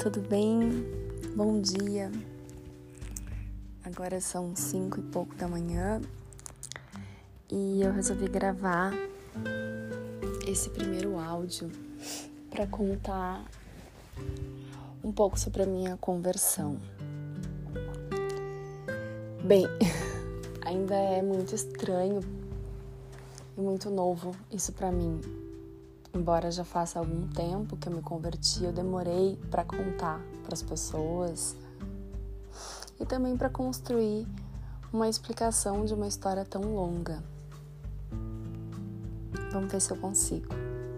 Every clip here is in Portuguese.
tudo bem? Bom dia. Agora são 5 e pouco da manhã e eu resolvi gravar esse primeiro áudio para contar um pouco sobre a minha conversão. Bem, ainda é muito estranho e muito novo isso para mim. Embora já faça algum tempo que eu me converti, eu demorei para contar para as pessoas e também para construir uma explicação de uma história tão longa. Vamos ver se eu consigo.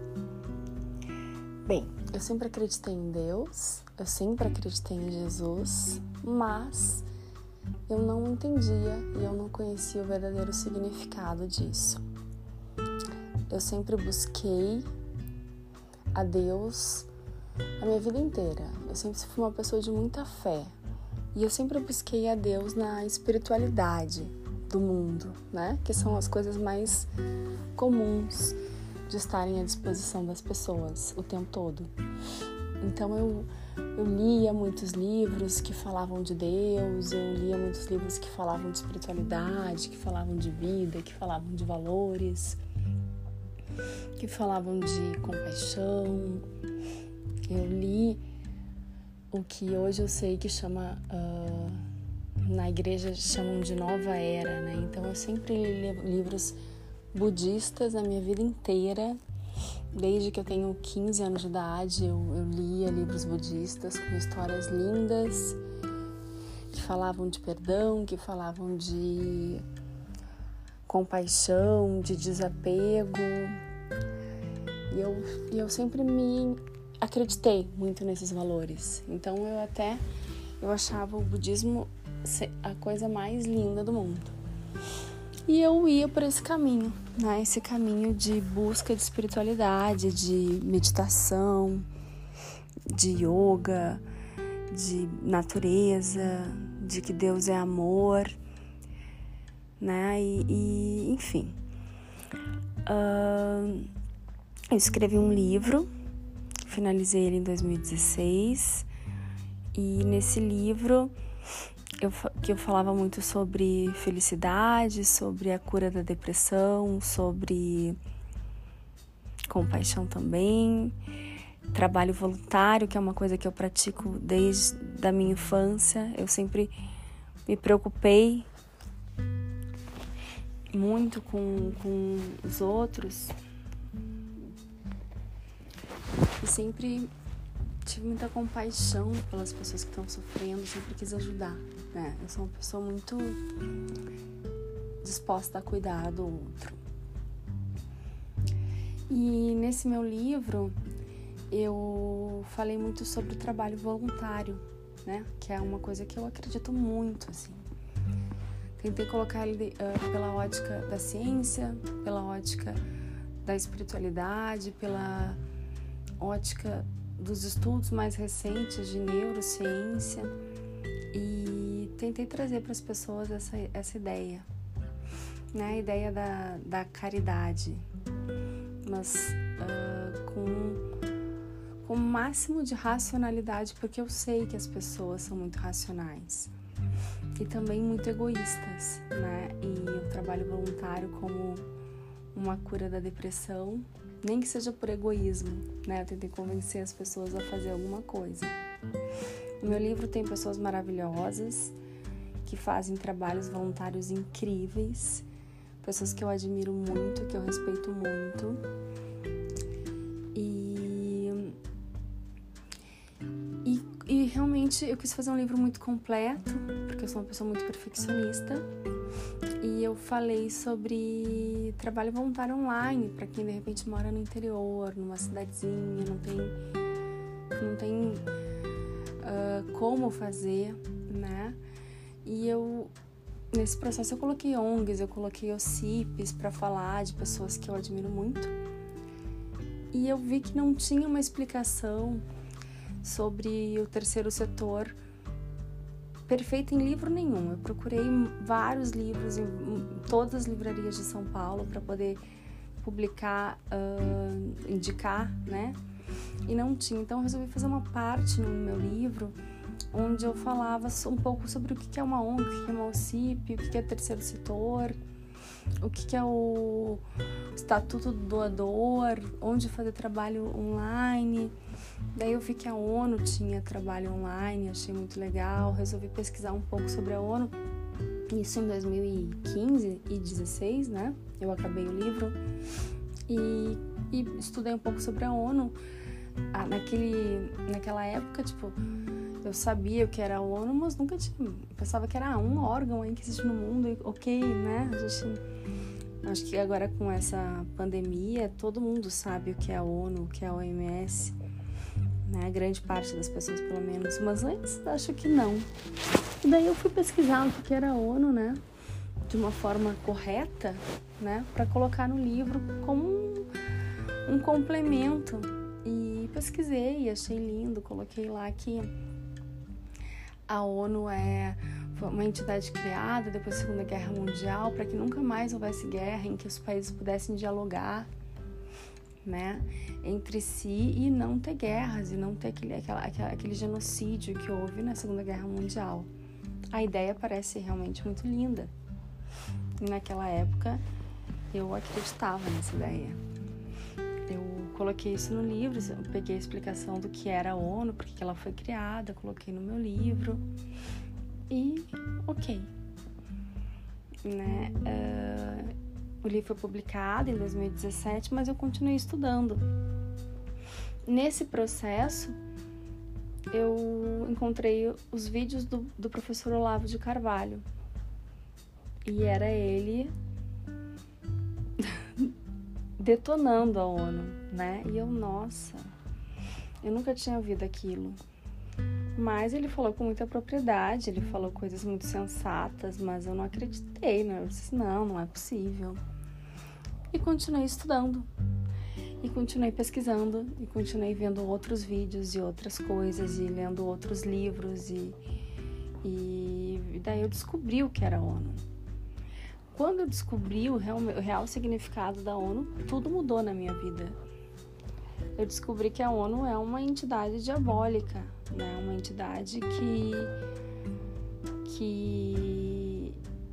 Bem, eu sempre acreditei em Deus, eu sempre acreditei em Jesus, mas eu não entendia e eu não conhecia o verdadeiro significado disso. Eu sempre busquei a Deus a minha vida inteira. Eu sempre fui uma pessoa de muita fé. E eu sempre busquei a Deus na espiritualidade do mundo, né? Que são as coisas mais comuns de estarem à disposição das pessoas o tempo todo. Então eu lia muitos livros que falavam de Deus, eu lia muitos livros que falavam de espiritualidade, que falavam de vida, que falavam de valores, que falavam de compaixão. Eu li o que hoje eu sei que chama, na igreja chamam de nova era, né? Então eu sempre li livros budistas a minha vida inteira. Desde que eu tenho 15 anos de idade, eu lia livros budistas com histórias lindas, que falavam de perdão, que falavam de compaixão, de desapego. E eu sempre me acreditei muito nesses valores. Então eu achava o budismo a coisa mais linda do mundo. E eu ia por esse caminho, né? Esse caminho de busca de espiritualidade, de meditação, de yoga, de natureza, de que Deus é amor, né? E enfim. Eu escrevi um livro, finalizei ele em 2016, e nesse livro eu falava muito sobre felicidade, sobre a cura da depressão, sobre compaixão também, trabalho voluntário, que é uma coisa que eu pratico desde a minha infância. Eu sempre me preocupei muito com os outros e sempre tive muita compaixão pelas pessoas que estão sofrendo, sempre quis ajudar, né? Eu sou uma pessoa muito disposta a cuidar do outro. E nesse meu livro eu falei muito sobre o trabalho voluntário, né? Que é uma coisa que eu acredito muito, assim. Tentei colocar ele pela ótica da ciência, pela ótica da espiritualidade, pela ótica dos estudos mais recentes de neurociência, e tentei trazer para as pessoas essa ideia, né? A ideia da caridade, mas com o máximo de racionalidade, porque eu sei que as pessoas são muito racionais e também muito egoístas, né? E o trabalho voluntário como uma cura da depressão, nem que seja por egoísmo, né? Eu tentei convencer as pessoas a fazer alguma coisa. No meu livro tem pessoas maravilhosas que fazem trabalhos voluntários incríveis, pessoas que eu admiro muito, que eu respeito muito. E realmente eu quis fazer um livro muito completo, porque eu sou uma pessoa muito perfeccionista. E eu falei sobre trabalho voluntário online, para quem de repente mora no interior, numa cidadezinha, não tem como fazer, né? E nesse processo eu coloquei ONGs, eu coloquei OCIPs para falar de pessoas que eu admiro muito. E eu vi que não tinha uma explicação sobre o terceiro setor perfeita em livro nenhum. Eu procurei vários livros em todas as livrarias de São Paulo para poder publicar, indicar, né, e não tinha. Então eu resolvi fazer uma parte no meu livro onde eu falava um pouco sobre o que é uma ONG, o que é uma OCIP, o que é terceiro setor, o que é o estatuto do doador, onde fazer trabalho online. Daí eu vi que a ONU tinha trabalho online, achei muito legal, resolvi pesquisar um pouco sobre a ONU. Isso em 2015 e 2016, né? Eu acabei o livro e estudei um pouco sobre a ONU. Naquela época, tipo, eu sabia o que era a ONU, mas nunca tinha... Pensava que era um órgão aí que existe no mundo, e ok, né? Acho que agora com essa pandemia, todo mundo sabe o que é a ONU, o que é a OMS, né? Grande parte das pessoas, pelo menos. Mas antes, acho que não. E daí eu fui pesquisar o que era a ONU, né? De uma forma correta, né? Para colocar no livro como um complemento. E pesquisei e achei lindo. Coloquei lá que a ONU é uma entidade criada depois da Segunda Guerra Mundial para que nunca mais houvesse guerra, em que os países pudessem dialogar, né, entre si e não ter guerras e não ter aquele genocídio que houve na Segunda Guerra Mundial. A ideia parece realmente muito linda. E naquela época eu acreditava nessa ideia. Eu coloquei isso no livro, eu peguei a explicação do que era a ONU, porque ela foi criada, coloquei no meu livro e ok. Né? O livro foi publicado em 2017, mas eu continuei estudando. Nesse processo, eu encontrei os vídeos do professor Olavo de Carvalho. E era ele detonando a ONU, né? E eu, nossa, eu nunca tinha ouvido aquilo. Mas ele falou com muita propriedade, ele falou coisas muito sensatas, mas eu não acreditei, né? Eu disse, não é possível. E continuei estudando, e continuei pesquisando, e continuei vendo outros vídeos e outras coisas, e lendo outros livros, e daí eu descobri o que era a ONU. Quando eu descobri o real significado da ONU, tudo mudou na minha vida. Eu descobri que a ONU é uma entidade diabólica, né? Uma entidade que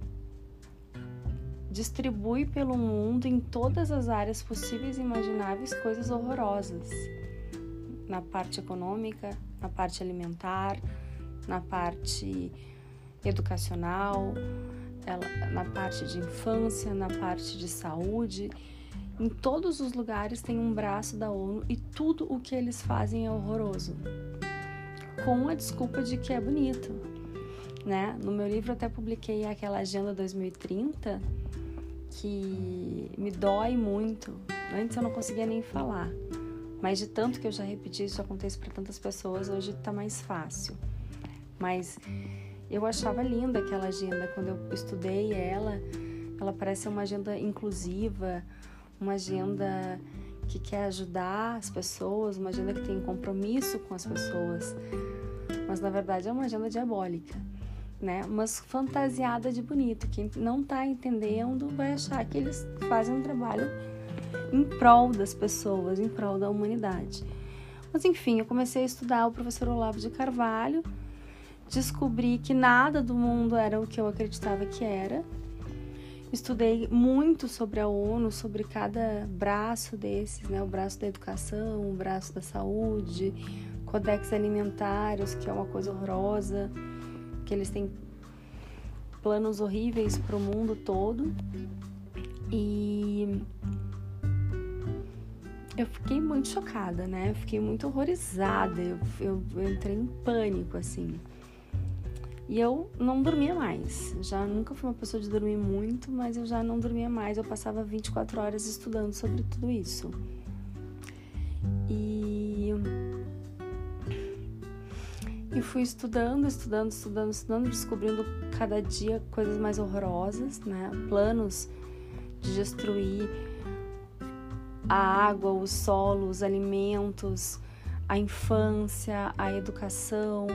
distribui pelo mundo, em todas as áreas possíveis e imagináveis, coisas horrorosas. Na parte econômica, na parte alimentar, na parte educacional, na parte de infância, na parte de saúde. Em todos os lugares tem um braço da ONU e tudo o que eles fazem é horroroso, com a desculpa de que é bonito, né? No meu livro eu até publiquei aquela Agenda 2030, que me dói muito. Antes eu não conseguia nem falar, mas de tanto que eu já repeti isso, já contei isso para tantas pessoas, hoje tá mais fácil. Mas eu achava linda aquela agenda. Quando eu estudei ela parece uma agenda inclusiva, uma agenda que quer ajudar as pessoas, uma agenda que tem compromisso com as pessoas. Mas na verdade é uma agenda diabólica, né? Mas fantasiada de bonito. Quem não está entendendo vai achar que eles fazem um trabalho em prol das pessoas, em prol da humanidade. Mas enfim, eu comecei a estudar o professor Olavo de Carvalho, descobri que nada do mundo era o que eu acreditava que era. Estudei muito sobre a ONU, sobre cada braço desses, né? O braço da educação, o braço da saúde, codex alimentares, que é uma coisa horrorosa, que eles têm planos horríveis para o mundo todo. E eu fiquei muito chocada, né? Eu fiquei muito horrorizada, eu entrei em pânico, assim. E eu não dormia mais. Já nunca fui uma pessoa de dormir muito, mas eu já não dormia mais. Eu passava 24 horas estudando sobre tudo isso. E fui estudando, descobrindo cada dia coisas mais horrorosas, né? Planos de destruir a água, o solo, os alimentos, a infância, a educação,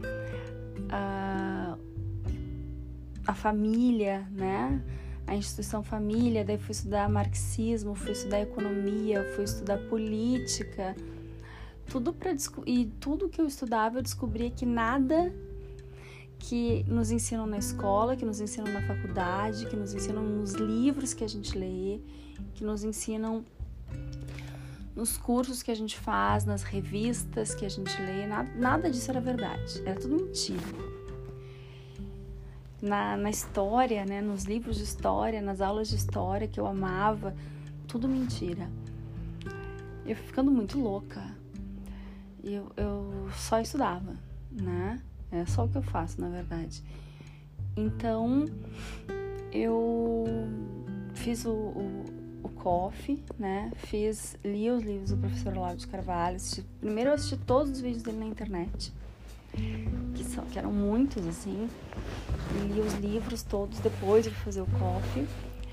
a família, né? A instituição família. Daí fui estudar marxismo, fui estudar economia, fui estudar política, tudo que eu estudava eu descobria que nada que nos ensinam na escola, que nos ensinam na faculdade, que nos ensinam nos livros que a gente lê, que nos ensinam nos cursos que a gente faz, nas revistas que a gente lê, nada disso era verdade, era tudo mentira. Na história, né, nos livros de história, nas aulas de história que eu amava, tudo mentira. Eu fui ficando muito louca. Eu só estudava, né? É só o que eu faço, na verdade. Então, eu fiz o COF, né? Li os livros do professor Olavo de Carvalho. Primeiro eu assisti todos os vídeos dele na internet, que eram muitos, assim. E li os livros todos, depois eu fui fazer o COF.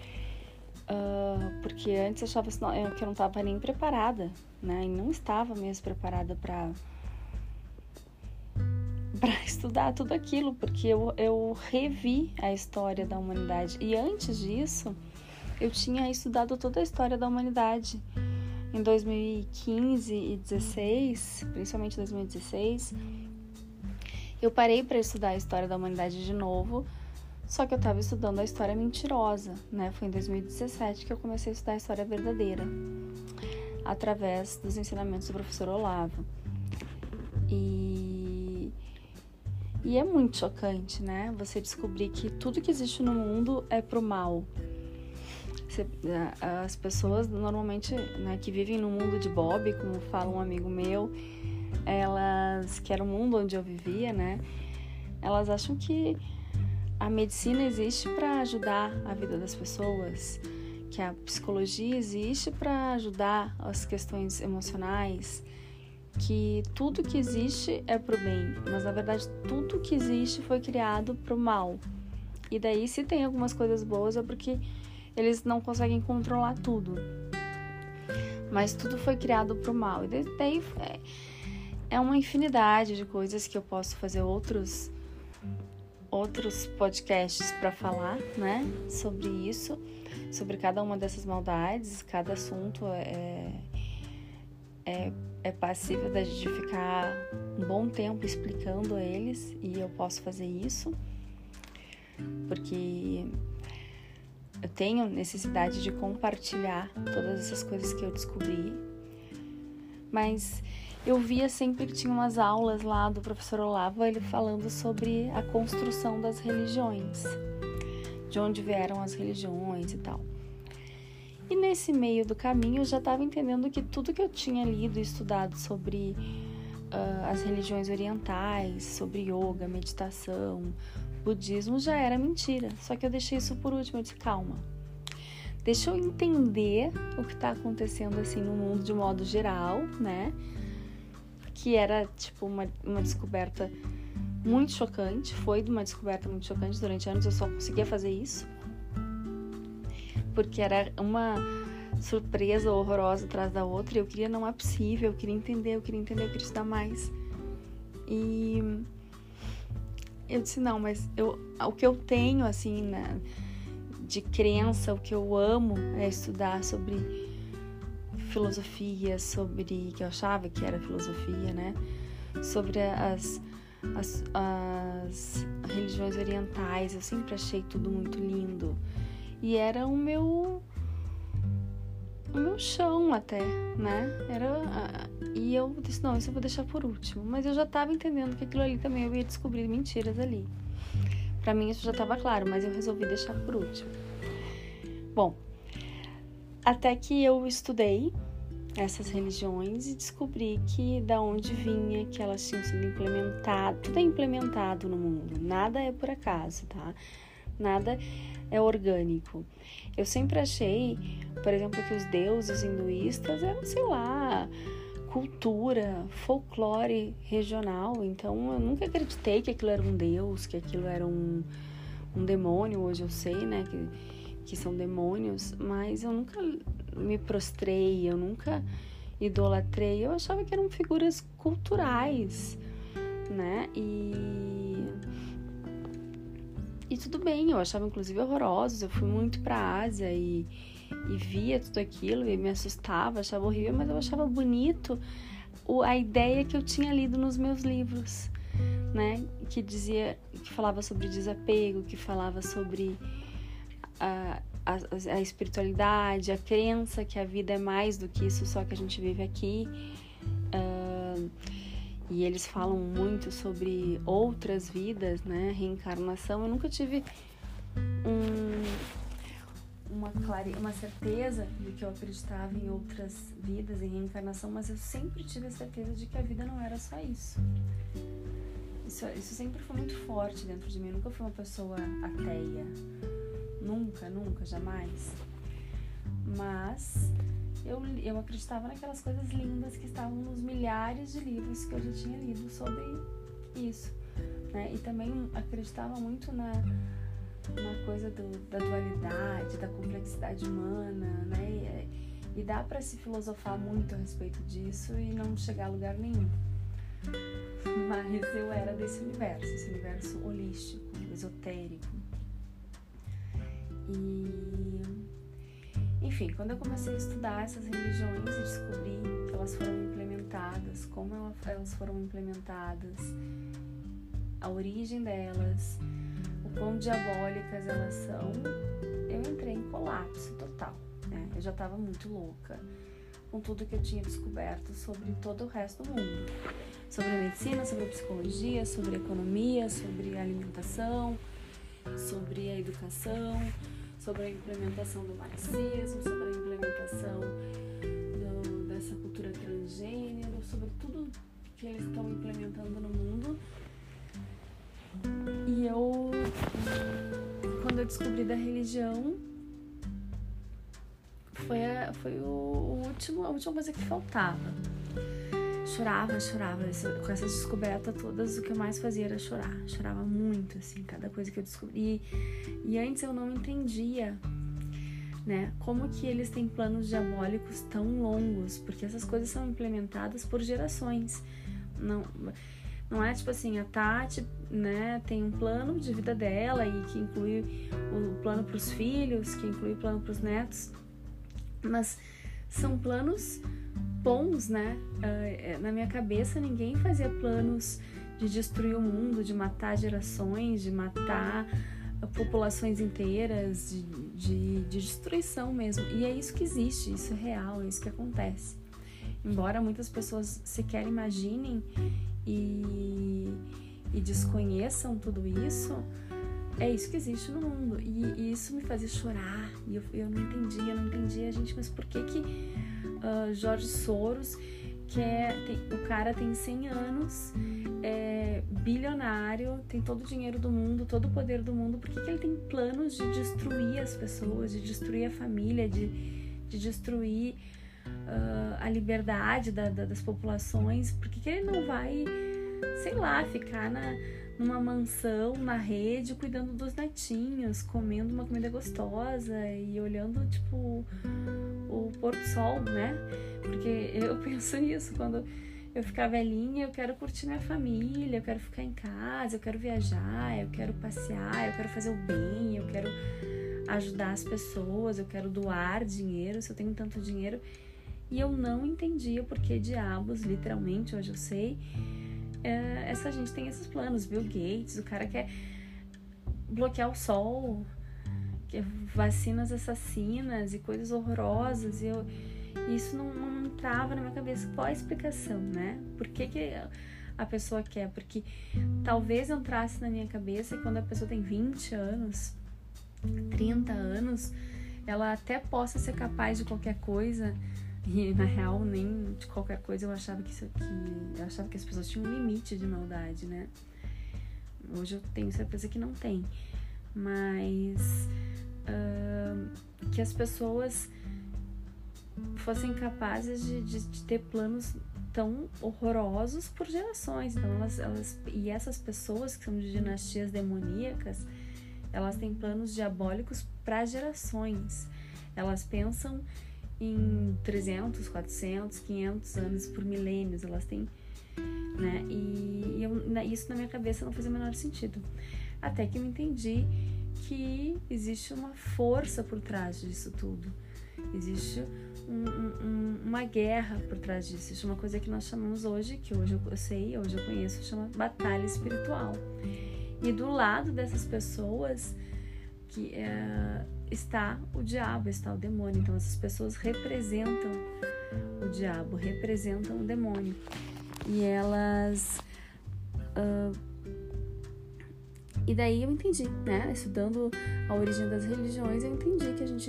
Porque antes eu achava que eu não estava nem preparada, né? E não estava mesmo preparada para estudar tudo aquilo, porque eu revi a história da humanidade. E antes disso, eu tinha estudado toda a história da humanidade. Em 2015 e 2016, principalmente 2016, eu parei para estudar a história da humanidade de novo, só que eu estava estudando a história mentirosa, né? Foi em 2017 que eu comecei a estudar a história verdadeira, através dos ensinamentos do professor Olavo. E é muito chocante, né? Você descobrir que tudo que existe no mundo é pro mal. As pessoas normalmente, né, que vivem no mundo de Bob, como fala um amigo meu, que era o mundo onde eu vivia, né? Elas acham que a medicina existe para ajudar a vida das pessoas, que a psicologia existe para ajudar as questões emocionais, que tudo que existe é pro bem, mas na verdade tudo que existe foi criado pro mal. E daí, se tem algumas coisas boas, é porque eles não conseguem controlar tudo, mas tudo foi criado pro mal. E daí é uma infinidade de coisas que eu posso fazer outros podcasts para falar, né, sobre isso, sobre cada uma dessas maldades. Cada assunto é passível da gente ficar um bom tempo explicando eles, e eu posso fazer isso porque eu tenho necessidade de compartilhar todas essas coisas que eu descobri. Mas eu via sempre que tinha umas aulas lá do professor Olavo, ele falando sobre a construção das religiões, de onde vieram as religiões e tal. E nesse meio do caminho eu já estava entendendo que tudo que eu tinha lido e estudado sobre as religiões orientais, sobre yoga, meditação, budismo, já era mentira. Só que eu deixei isso por último. Eu disse, calma, deixa eu entender o que está acontecendo assim no mundo de modo geral, né? Que era tipo uma descoberta muito chocante. Foi uma descoberta muito chocante. Durante anos eu só conseguia fazer isso porque era uma surpresa horrorosa atrás da outra, e eu queria, não é possível, eu queria entender, eu queria estudar mais. E eu disse, não, mas o que eu tenho, assim, né, de crença, o que eu amo é estudar sobre filosofia, sobre, que eu achava que era filosofia, né, sobre as religiões orientais. Eu sempre achei tudo muito lindo. E era o meu chão até, né? E eu disse, não, isso eu vou deixar por último. Mas eu já estava entendendo que aquilo ali também eu ia descobrir mentiras ali. Pra mim isso já estava claro, mas eu resolvi deixar por último. Bom, até que eu estudei essas religiões e descobri que da onde vinha, que elas tinham sido implementadas. Tudo é implementado no mundo, nada é por acaso, tá? Nada é orgânico. Eu sempre achei, por exemplo, que os deuses hinduístas eram, sei lá, cultura, folclore regional. Então eu nunca acreditei que aquilo era um deus, que aquilo era um demônio. Hoje eu sei, né, que são demônios, mas eu nunca me prostrei, eu nunca idolatrei. Eu achava que eram figuras culturais, né, e tudo bem, eu achava inclusive horrorosos. Eu fui muito pra Ásia e via tudo aquilo e me assustava, achava horrível, mas eu achava bonito a ideia que eu tinha lido nos meus livros, né? Que falava sobre desapego, que falava sobre a espiritualidade, a crença que a vida é mais do que isso só que a gente vive aqui. E eles falam muito sobre outras vidas, né? Reencarnação. Eu nunca tive uma certeza de que eu acreditava em outras vidas, em reencarnação, mas eu sempre tive a certeza de que a vida não era só isso. Isso sempre foi muito forte dentro de mim. Eu nunca fui uma pessoa ateia. Nunca, jamais. Mas eu acreditava naquelas coisas lindas que estavam nos milhares de livros que eu já tinha lido sobre isso, né? E também acreditava muito na coisa da dualidade, da complexidade humana, né? E dá para se filosofar muito a respeito disso e não chegar a lugar nenhum. Mas eu era esse universo holístico, esotérico. E, enfim, quando eu comecei a estudar essas religiões e descobri que elas foram implementadas, como elas foram implementadas, a origem delas, o quão diabólicas elas são, eu entrei em colapso total, né? Eu já estava muito louca com tudo que eu tinha descoberto sobre todo o resto do mundo. Sobre a medicina, sobre a psicologia, sobre a economia, sobre a alimentação, sobre a educação, sobre a implementação do marxismo, sobre a implementação dessa cultura transgênero, sobre tudo que eles estão implementando no mundo. E quando eu descobri da religião, foi a última coisa que faltava. Chorava. Com essa descoberta todas, o que eu mais fazia era chorar. Chorava muito, assim, cada coisa que eu descobri. E antes eu não entendia, né, como que eles têm planos diabólicos tão longos, porque essas coisas são implementadas por gerações. Não é tipo assim, a Tati, né, tem um plano de vida dela e que inclui o plano para os filhos, que inclui o plano para os netos, mas são planos bons, né? Na minha cabeça ninguém fazia planos de destruir o mundo, de matar gerações, de matar populações inteiras, de destruição mesmo. E é isso que existe, isso é real, é isso que acontece. Embora muitas pessoas sequer imaginem e desconheçam tudo isso, é isso que existe no mundo. E isso me fazia chorar. E eu não entendia, gente, mas por que George Soros, o cara tem 100 anos, é bilionário, tem todo o dinheiro do mundo, todo o poder do mundo, por que ele tem planos de destruir as pessoas, de destruir a família, de destruir a liberdade das populações? Por que ele não vai, sei lá, ficar numa mansão, na rede, cuidando dos netinhos, comendo uma comida gostosa e olhando, tipo, o pôr do sol, né? Porque eu penso nisso, quando eu ficar velhinha, eu quero curtir minha família, eu quero ficar em casa, eu quero viajar, eu quero passear, eu quero fazer o bem, eu quero ajudar as pessoas, eu quero doar dinheiro, se eu tenho tanto dinheiro. E eu não entendia por que diabos, literalmente, hoje eu sei, essa gente tem esses planos. Bill Gates, o cara quer bloquear o sol, vacinas assassinas e coisas horrorosas, e isso não entrava na minha cabeça. Qual a explicação, né? Por que a pessoa quer? Porque talvez entrasse na minha cabeça que quando a pessoa tem 20 anos, 30 anos, ela até possa ser capaz de qualquer coisa. E na real, nem de qualquer coisa eu achava que as pessoas tinham um limite de maldade, né? Hoje eu tenho certeza que não tem. Mas que as pessoas fossem capazes de ter planos tão horrorosos por gerações. Então e essas pessoas que são de dinastias demoníacas, elas têm planos diabólicos para gerações. Elas pensam em 300, 400, 500 anos, por milênios, elas têm, né? E isso na minha cabeça não fazia o menor sentido. Até que eu entendi que existe uma força por trás disso tudo. Existe uma guerra por trás disso. Isso é uma coisa que nós chamamos hoje, que hoje eu sei, hoje eu conheço, chama batalha espiritual. E do lado dessas pessoas que está o diabo, está o demônio. Então essas pessoas representam o diabo, representam o demônio. E elas... E daí eu entendi, né? Estudando a origem das religiões, eu entendi que a gente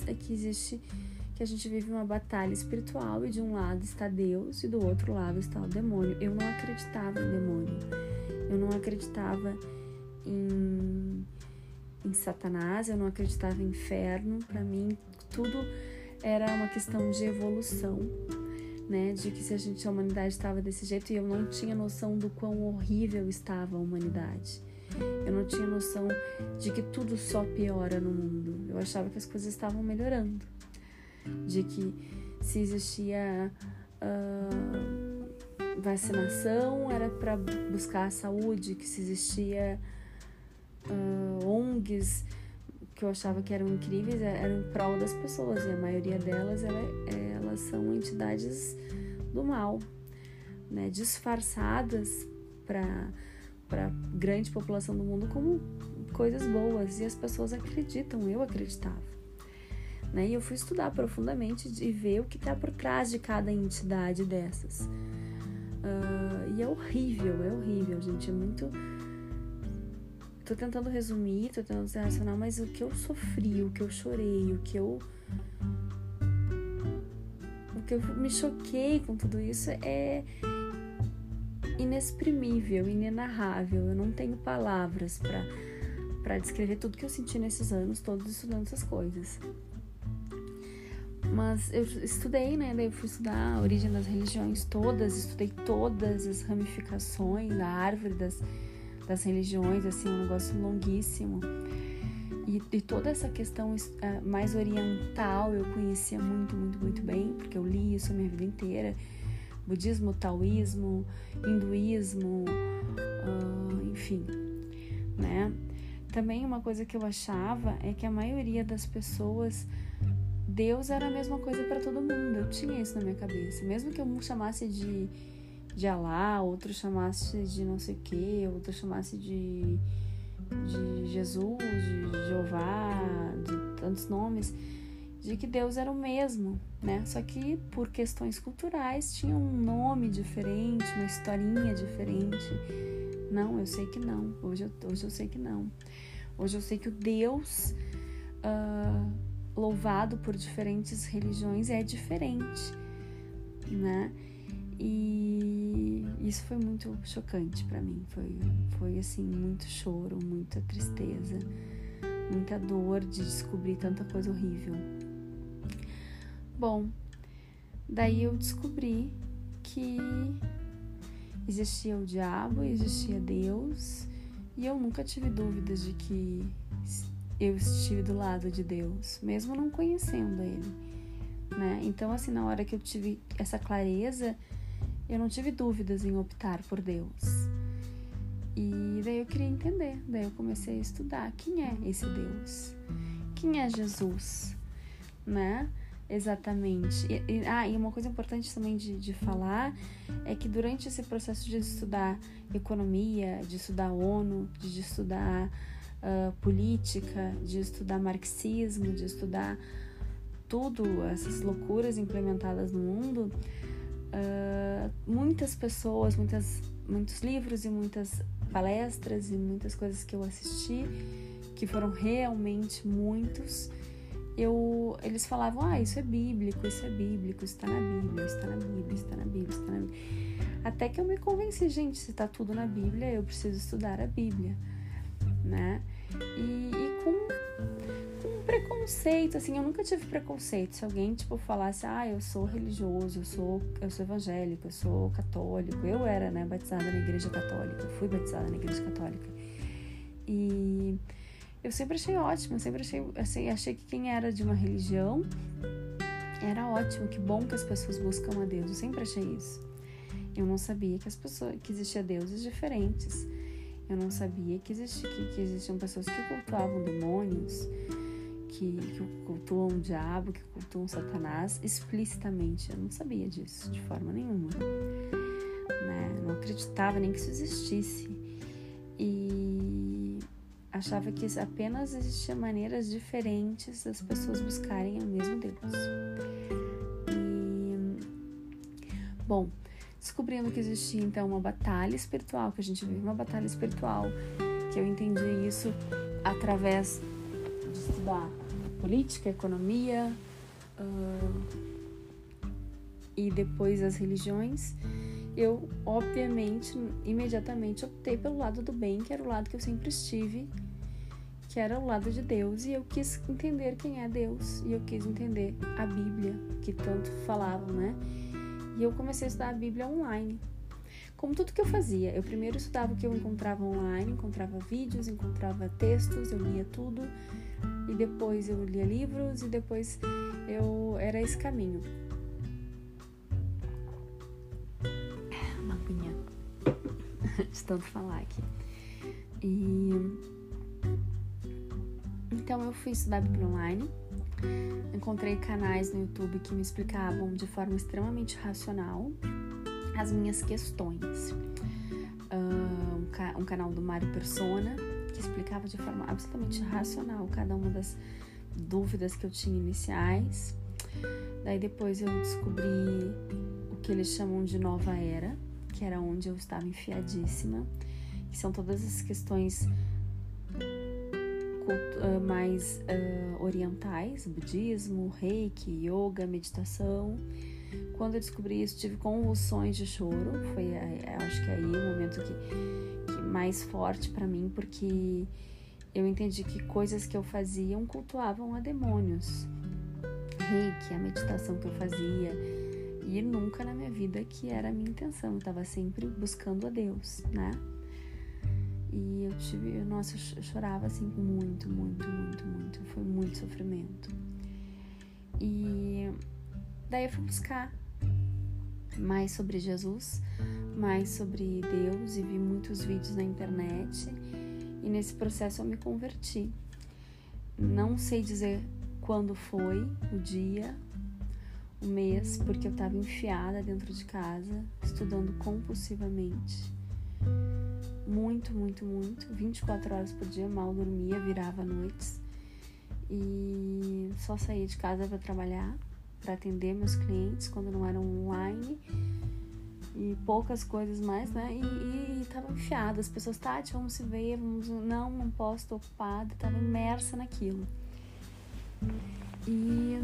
vive uma batalha espiritual, e de um lado está Deus e do outro lado está o demônio. Eu não acreditava em demônio. Eu não acreditava em Satanás, eu não acreditava em inferno. Para mim, tudo era uma questão de evolução, né? De que se a humanidade estava desse jeito, e eu não tinha noção do quão horrível estava a humanidade. Eu não tinha noção de que tudo só piora no mundo. Eu achava que as coisas estavam melhorando. De que se existia vacinação era para buscar a saúde, que se existia ONGs que eu achava que eram incríveis, eram em prol das pessoas, e a maioria delas elas são entidades do mal, né, disfarçadas para grande população do mundo como coisas boas, e as pessoas acreditam. Eu acreditava, né? E eu fui estudar profundamente e ver o que está por trás de cada entidade dessas. E é horrível, gente. É muito... Tô tentando resumir, tô tentando ser racional, mas o que eu sofri, o que eu chorei, o que eu me choquei com tudo isso é inexprimível, inenarrável. Eu não tenho palavras para descrever tudo que eu senti nesses anos todos estudando essas coisas. Mas eu estudei, né? Daí eu fui estudar a origem das religiões todas, estudei todas as ramificações, a árvore das religiões, assim, um negócio longuíssimo. E toda essa questão mais oriental eu conhecia muito, muito, muito bem, porque eu li isso a minha vida inteira. Budismo, taoísmo, hinduísmo, enfim, né? Também uma coisa que eu achava é que a maioria das pessoas, Deus era a mesma coisa para todo mundo. Eu tinha isso na minha cabeça. Mesmo que um chamasse de Alá, outro chamasse de não sei o que, outro chamasse de Jesus, de Jeová, de tantos nomes, de que Deus era o mesmo, né? Só que por questões culturais tinha um nome diferente, uma historinha diferente. Não, eu sei que não. Hoje eu sei que não. Hoje eu sei que o Deus louvado por diferentes religiões é diferente, né? E isso foi muito chocante pra mim. Foi assim, muito choro, muita tristeza, muita dor de descobrir tanta coisa horrível. Bom, daí eu descobri que existia o diabo, existia Deus, e eu nunca tive dúvidas de que eu estive do lado de Deus, mesmo não conhecendo Ele, né? Então, assim, na hora que eu tive essa clareza, eu não tive dúvidas em optar por Deus. E daí eu queria entender, daí eu comecei a estudar quem é esse Deus, quem é Jesus, né? Exatamente. E uma coisa importante também de falar é que durante esse processo de estudar economia, de estudar ONU, de estudar política, de estudar marxismo, de estudar tudo, essas loucuras implementadas no mundo, muitas pessoas, muitos livros e muitas palestras e muitas coisas que eu assisti, que foram realmente muitos, eles falavam, isso é bíblico, isso está na Bíblia, está na Bíblia, está na Bíblia, está na Bíblia. Até que eu me convenci, gente, se está tudo na Bíblia, eu preciso estudar a Bíblia, né? E com preconceito, assim, eu nunca tive preconceito. Se alguém, falasse, eu sou religioso, eu sou evangélico, eu sou católico. Eu era, né, batizada na igreja católica, fui batizada na igreja católica. E eu sempre achei ótimo, eu sempre achei que quem era de uma religião era ótimo, que bom que as pessoas buscam a Deus. Eu sempre achei isso. Eu não sabia que existiam deuses diferentes. Eu não sabia que existiam pessoas que cultuavam demônios, que cultuam o diabo, que cultuam Satanás explicitamente. Eu não sabia disso de forma nenhuma, né? Não acreditava nem que isso existisse e achava que apenas existiam maneiras diferentes das pessoas buscarem o mesmo Deus. Bom, descobrindo que existia então uma batalha espiritual, que a gente vive uma batalha espiritual, que eu entendi isso através de estudar política, economia e depois as religiões, eu obviamente, imediatamente optei pelo lado do bem, que era o lado que eu sempre estive, que era o lado de Deus, e eu quis entender quem é Deus, e eu quis entender a Bíblia, que tanto falavam, né? E eu comecei a estudar a Bíblia online. Como tudo que eu fazia, eu primeiro estudava o que eu encontrava online, encontrava vídeos, encontrava textos, eu lia tudo, e depois eu lia livros, e depois era esse caminho. Uma aguinha de tanto falar aqui. Então eu fui estudar a Bíblia online. Encontrei canais no YouTube que me explicavam de forma extremamente racional as minhas questões. Um canal do Mário Persona, que explicava de forma absolutamente racional cada uma das dúvidas que eu tinha iniciais. Daí depois eu descobri o que eles chamam de Nova Era, que era onde eu estava enfiadíssima, que são todas as questões mais orientais, budismo, reiki, yoga, meditação. Quando eu descobri isso, tive convulsões de choro. Foi, acho que aí o momento que mais forte para mim, porque eu entendi que coisas que eu fazia cultuavam a demônios. Reiki, a meditação que eu fazia, e nunca na minha vida que era a minha intenção. Eu estava sempre buscando a Deus, né? E eu chorava assim muito. Foi muito sofrimento. E daí eu fui buscar mais sobre Jesus, mais sobre Deus, e vi muitos vídeos na internet. E nesse processo eu me converti. Não sei dizer quando foi o dia, o mês, porque eu estava enfiada dentro de casa, estudando compulsivamente. Muito, 24 horas por dia, mal dormia, virava noites, e só saía de casa para trabalhar, para atender meus clientes quando não eram online, e poucas coisas mais, né? E tava enfiada. As pessoas, Tati, vamos se ver, não posso, tô ocupada, tava imersa naquilo. E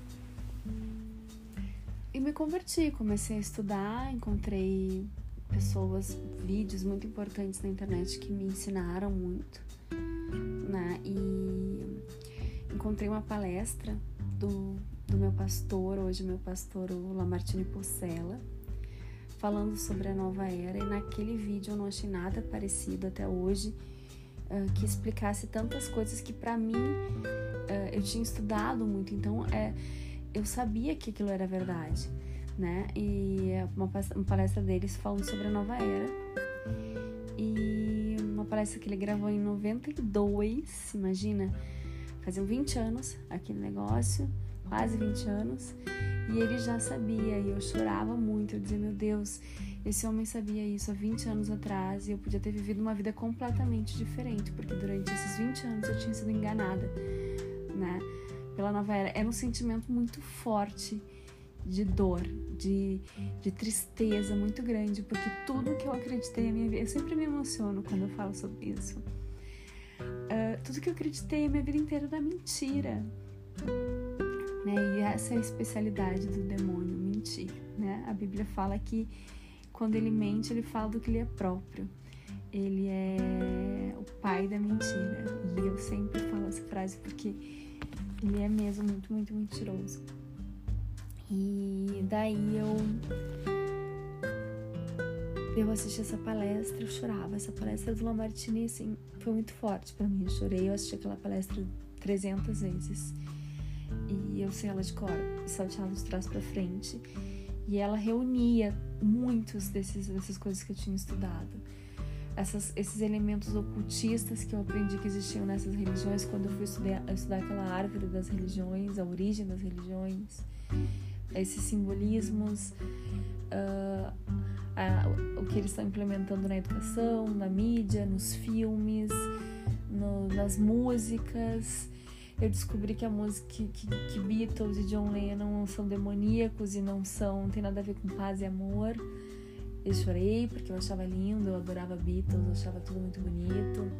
me converti, comecei a estudar, encontrei pessoas, vídeos muito importantes na internet que me ensinaram muito, né? E encontrei uma palestra do meu pastor, hoje meu pastor, o Lamartine Possela, falando sobre a Nova Era, e naquele vídeo eu não achei nada parecido até hoje, que explicasse tantas coisas que pra mim eu tinha estudado muito, então eu sabia que aquilo era verdade, né? E uma palestra deles falando sobre a Nova Era, e uma palestra que ele gravou em 92, imagina, faziam 20 anos aquele negócio, quase 20 anos, e ele já sabia, e eu chorava muito, eu dizia, meu Deus, esse homem sabia isso há 20 anos atrás, e eu podia ter vivido uma vida completamente diferente, porque durante esses 20 anos eu tinha sido enganada, né, pela Nova Era. Era um sentimento muito forte de dor, de tristeza muito grande, porque tudo que eu acreditei na minha vida, eu sempre me emociono quando eu falo sobre isso, tudo que eu acreditei a minha vida inteira era mentira, né? E essa é a especialidade do demônio, mentir, né? A Bíblia fala que quando ele mente, ele fala do que lhe é próprio. Ele é o pai da mentira, e eu sempre falo essa frase porque ele é mesmo muito mentiroso. E daí eu assisti essa palestra, eu chorava. Essa palestra do Lamartine, assim, foi muito forte pra mim. Eu chorei, eu assisti aquela palestra 300 vezes. E eu sei ela de cor, saltei ela de trás pra frente. E ela reunia muitos dessas coisas que eu tinha estudado. esses elementos ocultistas que eu aprendi que existiam nessas religiões quando eu fui estudar aquela árvore das religiões, a origem das religiões, esses simbolismos, o que eles estão implementando na educação, na mídia, nos filmes, nas músicas. Eu descobri que a música que Beatles e John Lennon são demoníacos e não tem nada a ver com paz e amor. Eu chorei porque eu achava lindo, eu adorava Beatles, eu achava tudo muito bonito.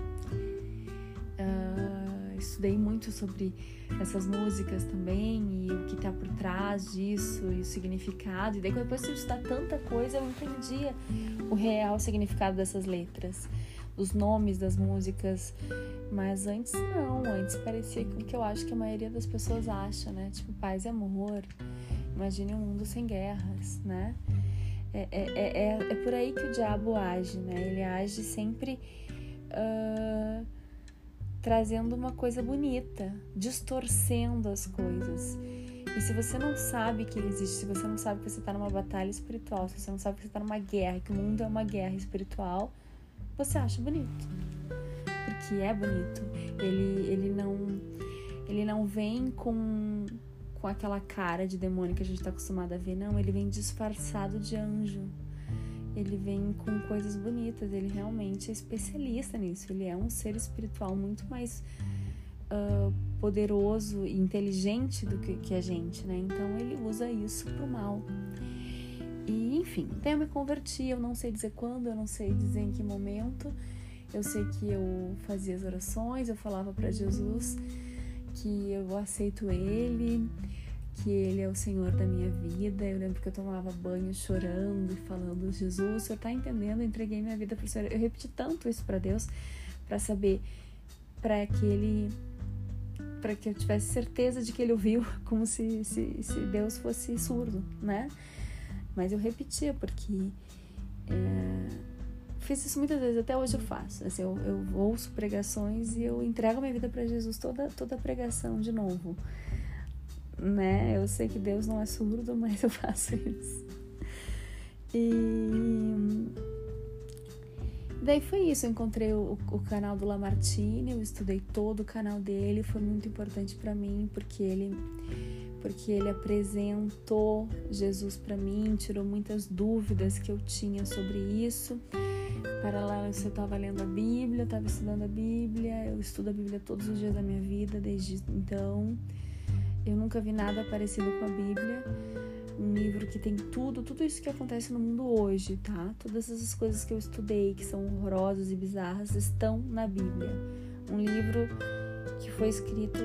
Estudei muito sobre essas músicas também e o que está por trás disso e o significado. E daí depois de estudar tanta coisa, eu entendia o real significado dessas letras, os nomes das músicas. Mas antes não, antes parecia aquilo que eu acho que a maioria das pessoas acha, né? Tipo, paz e amor, imagine um mundo sem guerras, né? É por aí que o diabo age, né? Ele age sempre trazendo uma coisa bonita, distorcendo as coisas. E se você não sabe que ele existe, se você não sabe que você está numa batalha espiritual, se você não sabe que você está numa guerra, que o mundo é uma guerra espiritual, você acha bonito. Porque é bonito. Ele não vem com aquela cara de demônio que a gente está acostumado a ver, não. Ele vem disfarçado de anjo. Ele vem com coisas bonitas. Ele realmente é especialista nisso. Ele é um ser espiritual muito mais poderoso e inteligente do que a gente, né? Então ele usa isso pro mal. E enfim, então eu me converti. Eu não sei dizer quando, eu não sei dizer em que momento. Eu sei que eu fazia as orações, eu falava para Jesus que eu aceito Ele, que Ele é o Senhor da minha vida. Eu lembro que eu tomava banho chorando e falando: Jesus, o Senhor tá entendendo? Eu entreguei minha vida pro Senhor. Eu repeti tanto isso para Deus, para saber, para que eu tivesse certeza de que Ele ouviu, como se Deus fosse surdo, né? Mas eu repetia porque fiz isso muitas vezes, até hoje eu faço. Assim, eu ouço pregações e eu entrego minha vida para Jesus, toda a pregação de novo, né? Eu sei que Deus não é surdo, mas eu faço isso. E daí foi isso, eu encontrei o canal do Lamartine, eu estudei todo o canal dele, foi muito importante para mim, porque ele apresentou Jesus para mim, tirou muitas dúvidas que eu tinha sobre isso. Paralelo, eu estava lendo a Bíblia, eu estava estudando a Bíblia, eu estudo a Bíblia todos os dias da minha vida, desde então. Eu nunca vi nada parecido com a Bíblia. Um livro que tem tudo isso que acontece no mundo hoje, tá? Todas essas coisas que eu estudei, que são horrorosas e bizarras, estão na Bíblia. Um livro que foi escrito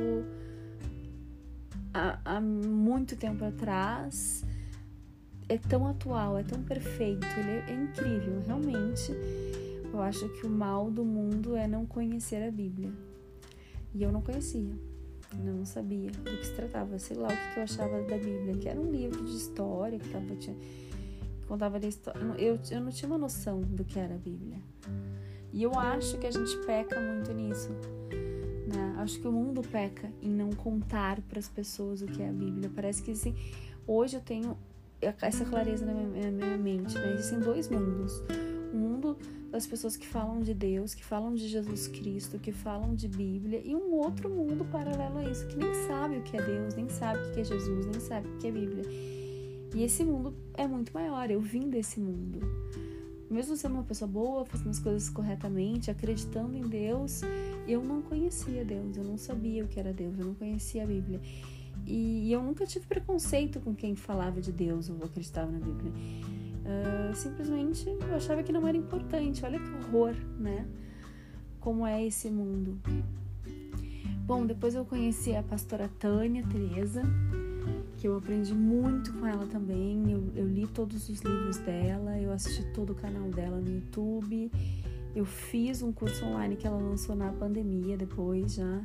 há muito tempo atrás, é tão atual, é tão perfeito, ele é incrível, realmente. Eu acho que o mal do mundo é não conhecer a Bíblia. E eu não conhecia, não sabia do que se tratava, sei lá o que eu achava da Bíblia, que era um livro de história, que contava da história. Eu não tinha uma noção do que era a Bíblia. E eu acho que a gente peca muito nisso, né? Acho que o mundo peca em não contar para as pessoas o que é a Bíblia. Parece que assim, hoje eu tenho essa clareza na minha mente, né? Existem dois mundos. O mundo das pessoas que falam de Deus, que falam de Jesus Cristo, que falam de Bíblia, e um outro mundo paralelo a isso, que nem sabe o que é Deus, nem sabe o que é Jesus, nem sabe o que é Bíblia. E esse mundo é muito maior, eu vim desse mundo. Mesmo sendo uma pessoa boa, fazendo as coisas corretamente, acreditando em Deus, eu não conhecia Deus, eu não sabia o que era Deus, eu não conhecia a Bíblia. E eu nunca tive preconceito com quem falava de Deus ou acreditava na Bíblia. Simplesmente eu achava que não era importante. Olha que horror, né? Como é esse mundo. Bom, depois eu conheci a pastora Tânia Teresa, que eu aprendi muito com ela também. Eu li todos os livros dela, eu assisti todo o canal dela no YouTube. Eu fiz um curso online que ela lançou na pandemia, depois já.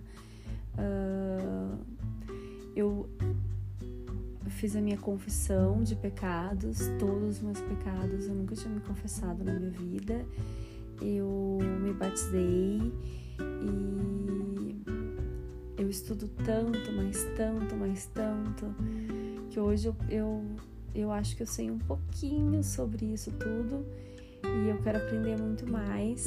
Eu fiz a minha confissão de pecados, todos os meus pecados, eu nunca tinha me confessado na minha vida. Eu me batizei e eu estudo tanto, mas tanto, que hoje eu acho que eu sei um pouquinho sobre isso tudo e eu quero aprender muito mais.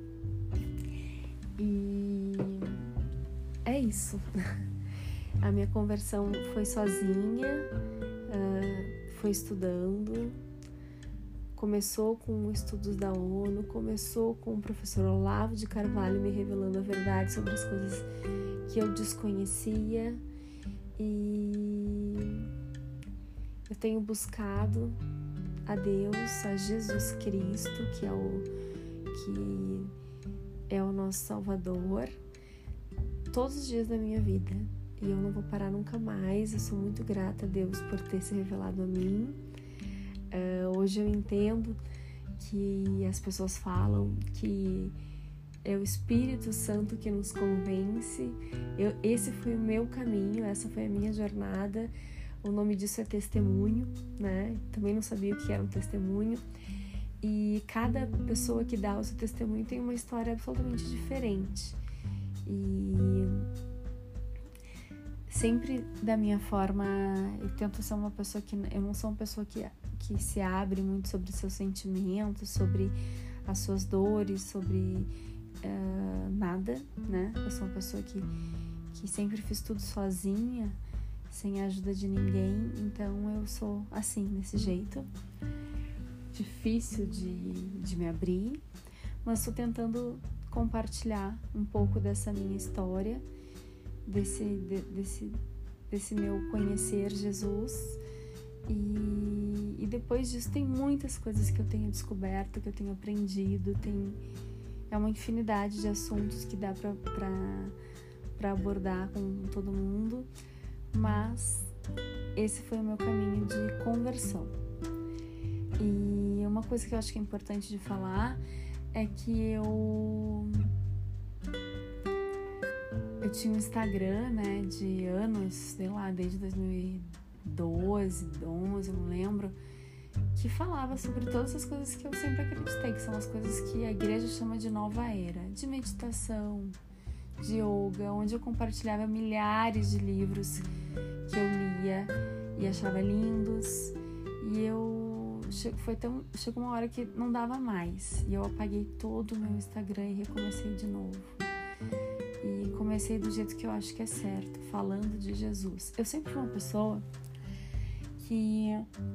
E é isso. A minha conversão foi sozinha, foi estudando. Começou com estudos da ONU, começou com o professor Olavo de Carvalho me revelando a verdade sobre as coisas que eu desconhecia. E eu tenho buscado a Deus, a Jesus Cristo, que é o nosso Salvador, todos os dias da minha vida. E eu não vou parar nunca mais. Eu sou muito grata a Deus por ter se revelado a mim. Hoje eu entendo que as pessoas falam que é o Espírito Santo que nos convence. Esse foi o meu caminho, essa foi a minha jornada. O nome disso é testemunho, né? Também não sabia o que era um testemunho. E cada pessoa que dá o seu testemunho tem uma história absolutamente diferente. E sempre da minha forma, eu tento ser uma pessoa que... Eu não sou uma pessoa que se abre muito sobre seus sentimentos, sobre as suas dores, sobre nada, né? Eu sou uma pessoa que sempre fiz tudo sozinha, sem a ajuda de ninguém. Então eu sou assim, desse jeito. Difícil de me abrir, mas estou tentando compartilhar um pouco dessa minha história, desse meu conhecer Jesus. E depois disso tem muitas coisas que eu tenho descoberto, que eu tenho aprendido. É uma infinidade de assuntos que dá para abordar com todo mundo, mas esse foi o meu caminho de conversão. E uma coisa que eu acho que é importante de falar é que eu tinha um Instagram, né, de anos, sei lá, desde 2012, 2011, eu não lembro, que falava sobre todas as coisas que eu sempre acreditei, que são as coisas que a igreja chama de nova era, de meditação, de yoga, onde eu compartilhava milhares de livros que eu lia e achava lindos. E chegou uma hora que não dava mais, e eu apaguei todo o meu Instagram e recomecei de novo. E comecei do jeito que eu acho que é certo, falando de Jesus. Eu sempre fui uma pessoa que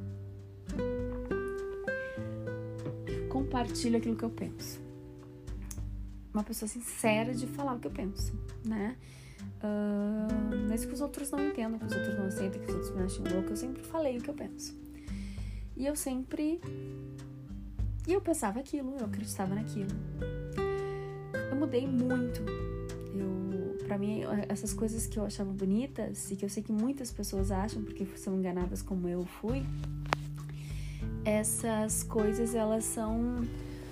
compartilha aquilo que eu penso. Uma pessoa sincera de falar o que eu penso, né? Mesmo que os outros não entendam, que os outros não aceitem, que os outros me achem louca, eu sempre falei o que eu penso. E eu pensava aquilo, eu acreditava naquilo. Eu mudei muito. Pra mim, essas coisas que eu achava bonitas, e que eu sei que muitas pessoas acham, porque são enganadas como eu fui, essas coisas, elas são...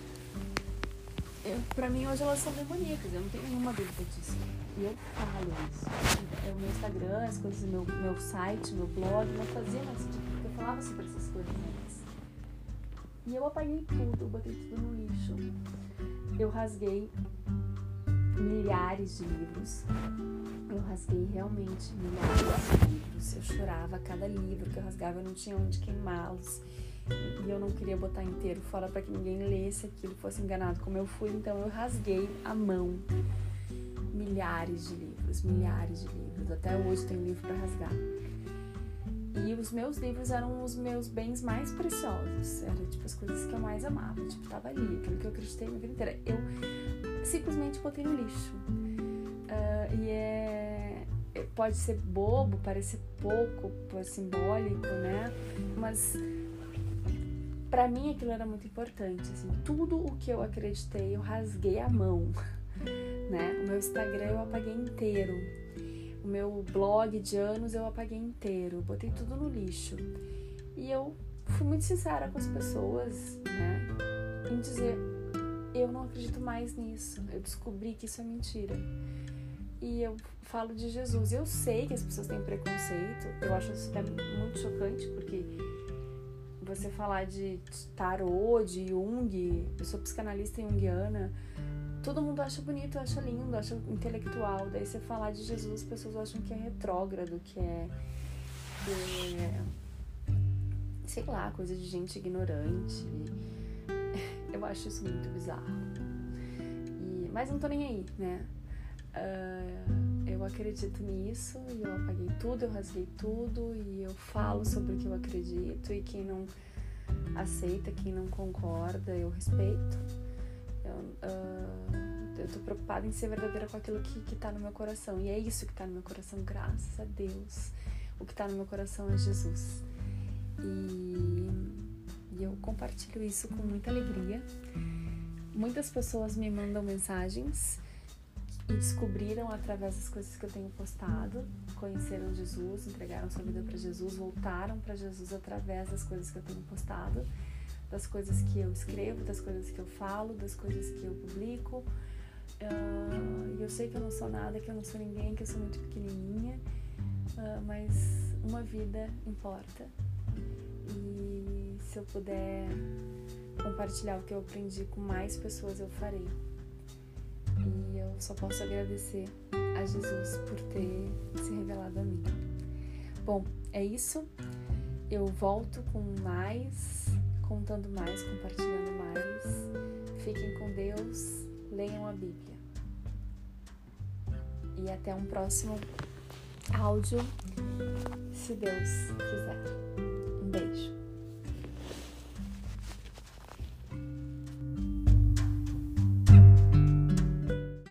Pra mim, hoje, elas são demoníacas, eu não tenho nenhuma dúvida disso. E eu falo isso. O meu Instagram, as coisas do meu site, meu blog, não fazia mais sentido, porque eu falava sobre essas coisas antes. E eu apaguei tudo, eu botei tudo no lixo. Eu rasguei milhares de livros. Eu rasguei realmente milhares de livros. Eu chorava a cada livro que eu rasgava, eu não tinha onde queimá-los. E eu não queria botar inteiro fora para que ninguém lesse aquilo, fosse enganado como eu fui. Então eu rasguei à mão milhares de livros. Até hoje tem livro para rasgar. E os meus livros eram os meus bens mais preciosos. Eram tipo as coisas que eu mais amava. Tipo, tava ali, aquilo que eu acreditei a minha vida inteira. Eu simplesmente botei no lixo. Pode ser bobo, parecer pouco, simbólico, né? Mas pra mim aquilo era muito importante, assim. Tudo o que eu acreditei, eu rasguei à mão, né? O meu Instagram eu apaguei inteiro. O meu blog de anos eu apaguei inteiro. Botei tudo no lixo. E eu fui muito sincera com as pessoas, né? Em dizer, eu não acredito mais nisso. Eu descobri que isso é mentira. E eu falo de Jesus. Eu sei que as pessoas têm preconceito. Eu acho isso até muito chocante, porque você falar de tarô, de Jung, eu sou psicanalista junguiana, todo mundo acha bonito, acha lindo, acha intelectual. Daí você falar de Jesus, as pessoas acham que é retrógrado, que é sei lá, coisa de gente ignorante. Eu acho isso muito bizarro. Mas não tô nem aí, né? Eu acredito nisso e eu apaguei tudo, eu rasguei tudo e eu falo sobre o que eu acredito, e quem não aceita, quem não concorda, eu respeito. Eu tô preocupada em ser verdadeira com aquilo que tá no meu coração, e é isso que tá no meu coração, graças a Deus. O que tá no meu coração é Jesus, e eu compartilho isso com muita alegria. Muitas pessoas me mandam mensagens e descobriram através das coisas que eu tenho postado, conheceram Jesus, entregaram sua vida para Jesus, voltaram para Jesus através das coisas que eu tenho postado, das coisas que eu escrevo, das coisas que eu falo, das coisas que eu publico. E eu sei que eu não sou nada, que eu não sou ninguém, que eu sou muito pequenininha, mas uma vida importa. E se eu puder compartilhar o que eu aprendi com mais pessoas, eu farei. E eu só posso agradecer a Jesus por ter se revelado a mim. Bom, é isso. Eu volto com mais, contando mais, compartilhando mais. Fiquem com Deus, leiam a Bíblia. E até um próximo áudio, se Deus quiser. Um beijo.